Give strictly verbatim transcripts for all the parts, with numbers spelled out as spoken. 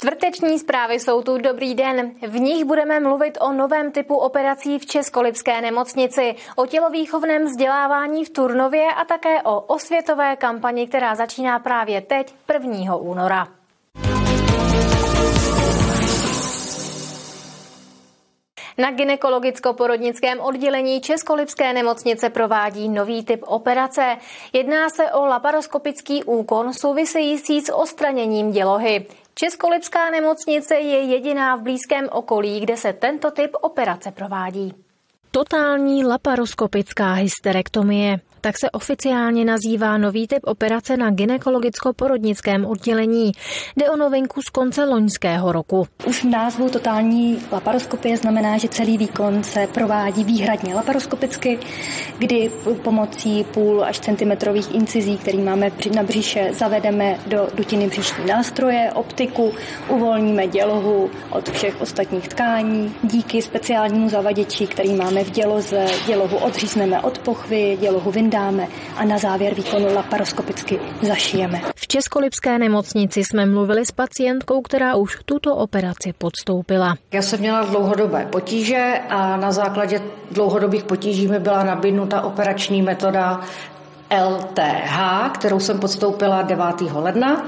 Čtvrteční zprávy jsou tu, dobrý den. V nich budeme mluvit o novém typu operací v Českolipské nemocnici, o tělovýchovném vzdělávání v Turnově a také o osvětové kampani, která začíná právě teď, prvního února. Na gynekologicko-porodnickém oddělení Českolipské nemocnice provádí nový typ operace. Jedná se o laparoskopický úkon související s odstraněním dělohy. Českolipská nemocnice je jediná v blízkém okolí, kde se tento typ operace provádí. Totální laparoskopická hysterektomie. Tak se oficiálně nazývá nový typ operace na gynekologicko-porodnickém oddělení. Jde o novinku z konce loňského roku. Už v názvu totální laparoskopie znamená, že celý výkon se provádí výhradně laparoskopicky, kdy pomocí půl až centimetrových incizí, který máme na břiše, zavedeme do dutiny břišní nástroje, optiku, uvolníme dělohu od všech ostatních tkání. Díky speciálnímu zavaděči, který máme v děloze, dělohu odřízneme od pochvy, dělohu vyndáme a na závěr výkonu laparoskopicky zašijeme. V Českolipské nemocnici jsme mluvili s pacientkou, která už tuto operaci podstoupila. Já jsem měla dlouhodobé potíže a na základě dlouhodobých potíží mi byla nabídnuta operační metoda L T H, kterou jsem podstoupila devátého ledna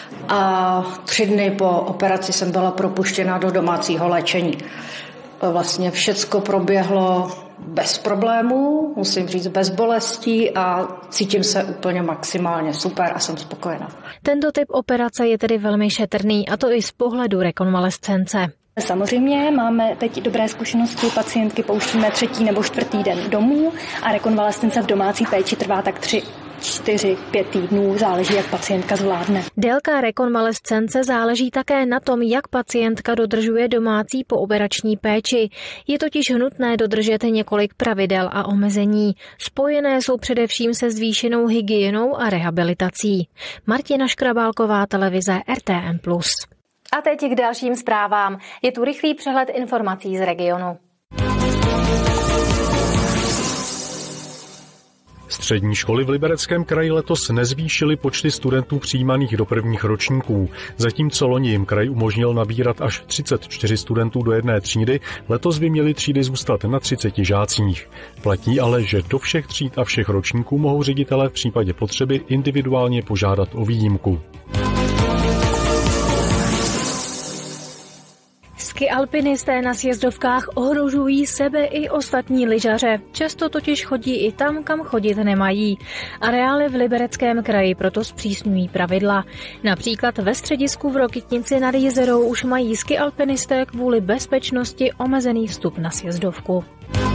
a tři dny po operaci jsem byla propuštěna do domácího léčení. Vlastně všecko proběhlo bez problémů, musím říct bez bolestí a cítím se úplně maximálně super a jsem spokojená. Tento typ operace je tedy velmi šetrný a to i z pohledu rekonvalescence. Samozřejmě máme teď dobré zkušenosti, pacientky pouštíme třetí nebo čtvrtý den domů a rekonvalescence v domácí péči trvá tak tři, čtyři, pět týdnů, záleží, jak pacientka zvládne. Délka rekonvalescence záleží také na tom, jak pacientka dodržuje domácí pooperační péči. Je totiž nutné dodržet několik pravidel a omezení. Spojené jsou především se zvýšenou hygienou a rehabilitací. Martina Škrabálková, televize R T M plus. A teď k dalším zprávám. Je tu rychlý přehled informací z regionu. Střední školy v Libereckém kraji letos nezvýšily počty studentů přijímaných do prvních ročníků. Zatímco loni jim kraj umožnil nabírat až třicet čtyři studentů do jedné třídy, letos by měly třídy zůstat na třiceti žácích. Platí ale, že do všech tříd a všech ročníků mohou ředitelé v případě potřeby individuálně požádat o výjimku. Skialpinisté na sjezdovkách ohrožují sebe i ostatní lyžaře. Často totiž chodí i tam, kam chodit nemají. Areály v Libereckém kraji proto zpřísňují pravidla. Například ve středisku v Rokytnici nad Jizerou už mají skialpinisté kvůli bezpečnosti omezený vstup na sjezdovku.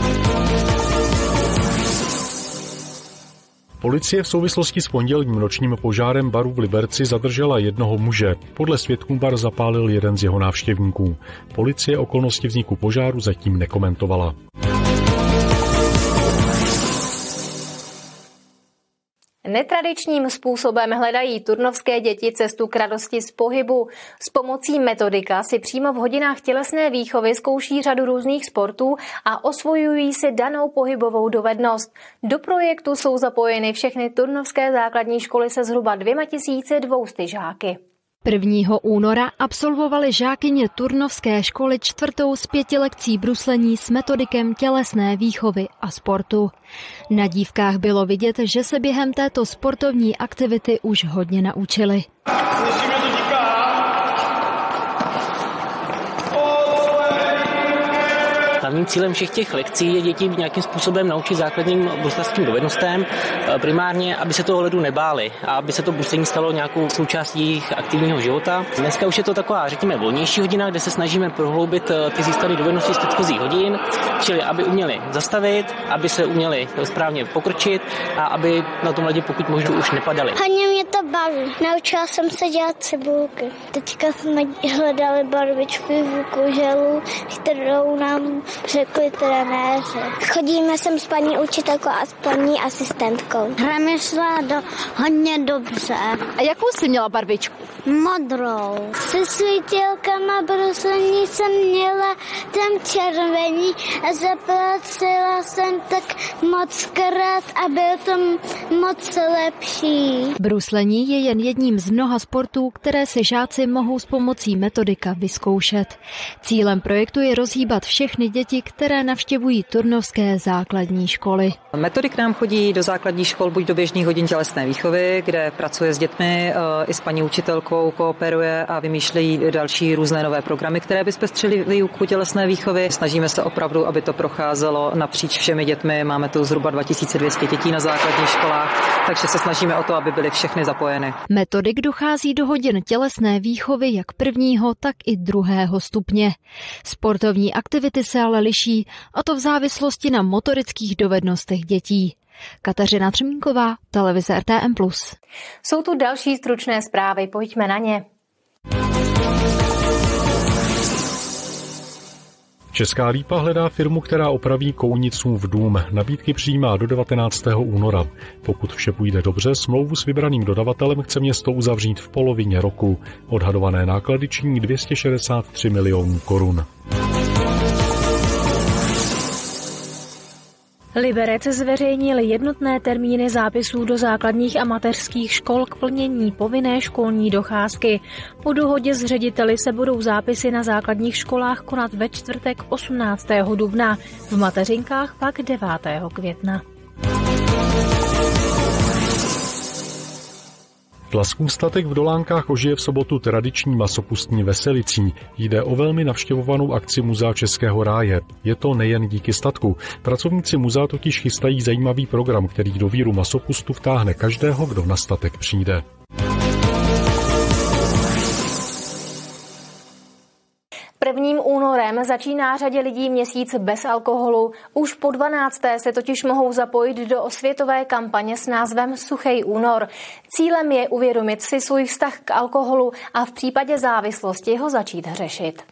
Policie v souvislosti s pondělním nočním požárem baru v Liberci zadržela jednoho muže. Podle svědků bar zapálil jeden z jeho návštěvníků. Policie okolnosti vzniku požáru zatím nekomentovala. Netradičním způsobem hledají turnovské děti cestu k radosti z pohybu. S pomocí metodika si přímo v hodinách tělesné výchovy zkouší řadu různých sportů a osvojují si danou pohybovou dovednost. Do projektu jsou zapojeny všechny turnovské základní školy se zhruba dvěma tisíci dvou sty žáky. prvního února absolvovali žákyně turnovské školy čtvrtou z pěti lekcí bruslení s metodikem tělesné výchovy a sportu. Na dívkách bylo vidět, že se během této sportovní aktivity už hodně naučili. Hlavním cílem všech těch lekcí je děti nějakým způsobem naučit základním bruslařským dovednostem, primárně, aby se toho ledu nebáli a aby se to bruslení stalo nějakou součástí jejich aktivního života. Dneska už je to taková, řekněme, volnější hodina, kde se snažíme prohloubit ty získané dovednosti z předchozích hodin, čili aby uměli zastavit, aby se uměli správně pokrčit a aby na tom ledě pokud možno už nepadali. Hodně mě to baví. Naučila jsem se dělat cibulky. Teďka jsme hledali barvičku v koželu, kterou nám řekli trenéři. Chodíme sem s paní učitelkou a s paní asistentkou. Hra mi šla do, hodně dobře. A jakou jsi měla barvičku? Modrou. Se svítilkama bruslení jsem měla tam červení a zaplacila jsem tak moc krát a bylo to moc lepší. Bruslení je jen jedním z mnoha sportů, které si žáci mohou s pomocí metodika vyzkoušet. Cílem projektu je rozhýbat všechny děti, které navštěvují turnovské základní školy. Metodik nám chodí do základních škol buď do běžných hodin tělesné výchovy, kde pracuje s dětmi, i s paní učitelkou, kooperuje a vymýšlí další různé nové programy, které by zpestřily výuku tělesné výchovy. Snažíme se opravdu, aby to procházelo napříč všemi dětmi. Máme tu zhruba dva tisíce dvě stě dětí na základních školách, takže se snažíme o to, aby byly všechny zapojeny. Metodik dochází do hodin tělesné výchovy jak prvního, tak i druhého stupně. Sportovní aktivity se ale liší, a to v závislosti na motorických dovednostech dětí. Kateřina Třmínková, televize R T M plus. Jsou tu další stručné zprávy, pojďme na ně. Česká Lípa hledá firmu, která opraví Kounicův dům. Nabídky přijímá do devatenáctého února. Pokud vše půjde dobře, smlouvu s vybraným dodavatelem chce město uzavřít v polovině roku. Odhadované náklady činí dvě stě šedesát tři milionů korun. Liberec zveřejnil jednotné termíny zápisů do základních a mateřských škol k plnění povinné školní docházky. Po dohodě s řediteli se budou zápisy na základních školách konat ve čtvrtek osmnáctého dubna, v mateřinkách pak devátého května. Tlaskův statek v Dolánkách ožije v sobotu tradiční masopustní veselicí. Jde o velmi navštěvovanou akci Muzea Českého ráje. Je to nejen díky statku. Pracovníci muzea totiž chystají zajímavý program, který do víru masopustu vtáhne každého, kdo na statek přijde. Prvním únorem začíná řadě lidí měsíc bez alkoholu. Už po dvanácté se totiž mohou zapojit do osvětové kampaně s názvem Suchej únor. Cílem je uvědomit si svůj vztah k alkoholu a v případě závislosti ho začít řešit.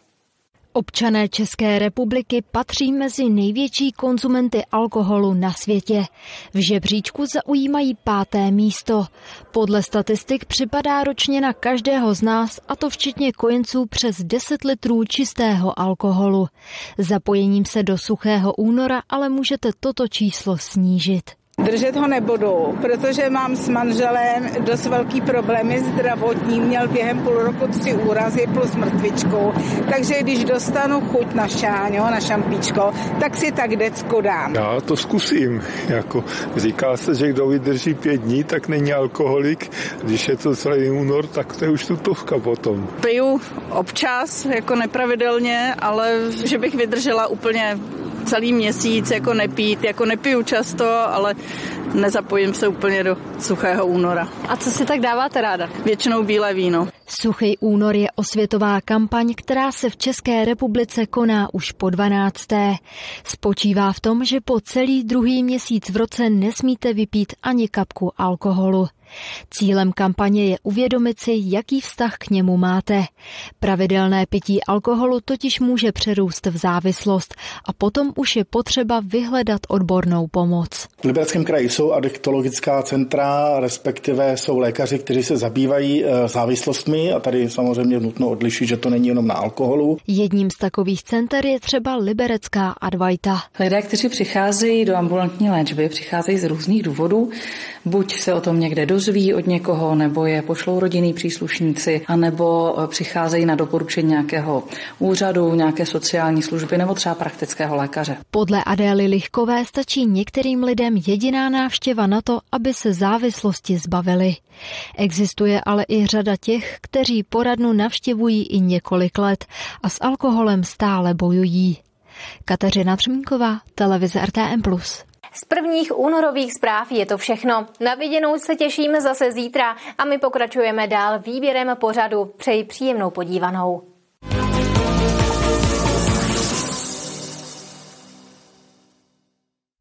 Občané České republiky patří mezi největší konzumenty alkoholu na světě. V žebříčku zaujímají páté místo. Podle statistik připadá ročně na každého z nás, a to včetně kojenců, přes deset litrů čistého alkoholu. Zapojením se do Suchého února ale můžete toto číslo snížit. Držet ho nebudu, protože mám s manželem dost velký problémy zdravotní. Měl během půl roku tři úrazy plus mrtvičku. Takže když dostanu chuť na šáňo, na šampíčko, tak si tak decko dám. Já to zkusím. Jako říká se, že kdo vydrží pět dní, tak není alkoholik. Když je to celý únor, tak to je už tutovka potom. Piju občas, jako nepravidelně, ale že bych vydržela úplně celý měsíc, jako nepít, jako nepiju často, ale nezapojím se úplně do Suchého února. A co si tak dáváte ráda? Většinou bílé víno. Suchý únor je osvětová kampaň, která se v České republice koná už po dvanácté. Spočívá v tom, že po celý druhý měsíc v roce nesmíte vypít ani kapku alkoholu. Cílem kampaně je uvědomit si, jaký vztah k němu máte. Pravidelné pití alkoholu totiž může přerůst v závislost a potom už je potřeba vyhledat odbornou pomoc. V Libereckém kraji jsou adiktologická centra, respektive jsou lékaři, kteří se zabývají závislostmi, a tady samozřejmě nutno odlišit, že to není jenom na alkoholu. Jedním z takových center je třeba liberecká Advaita. Lidé, kteří přicházejí do ambulantní léčby, přicházejí z různých důvodů. Buď se o tom někde dozví od někoho, nebo je pošlou rodinní příslušníci, anebo přicházejí na doporučení nějakého úřadu, nějaké sociální služby nebo třeba praktického lékaře. Podle Adély Lichkové stačí některým lidem jediná návštěva na to, aby se závislosti zbavili. Existuje ale i řada těch, kteří poradnu navštěvují i několik let a s alkoholem stále bojují. Kateřina Třmínková, televize R T M plus. Z prvních únorových zpráv je to všechno. Na viděnou se těšíme zase zítra a my pokračujeme dál výběrem pořadu. Přeji příjemnou podívanou.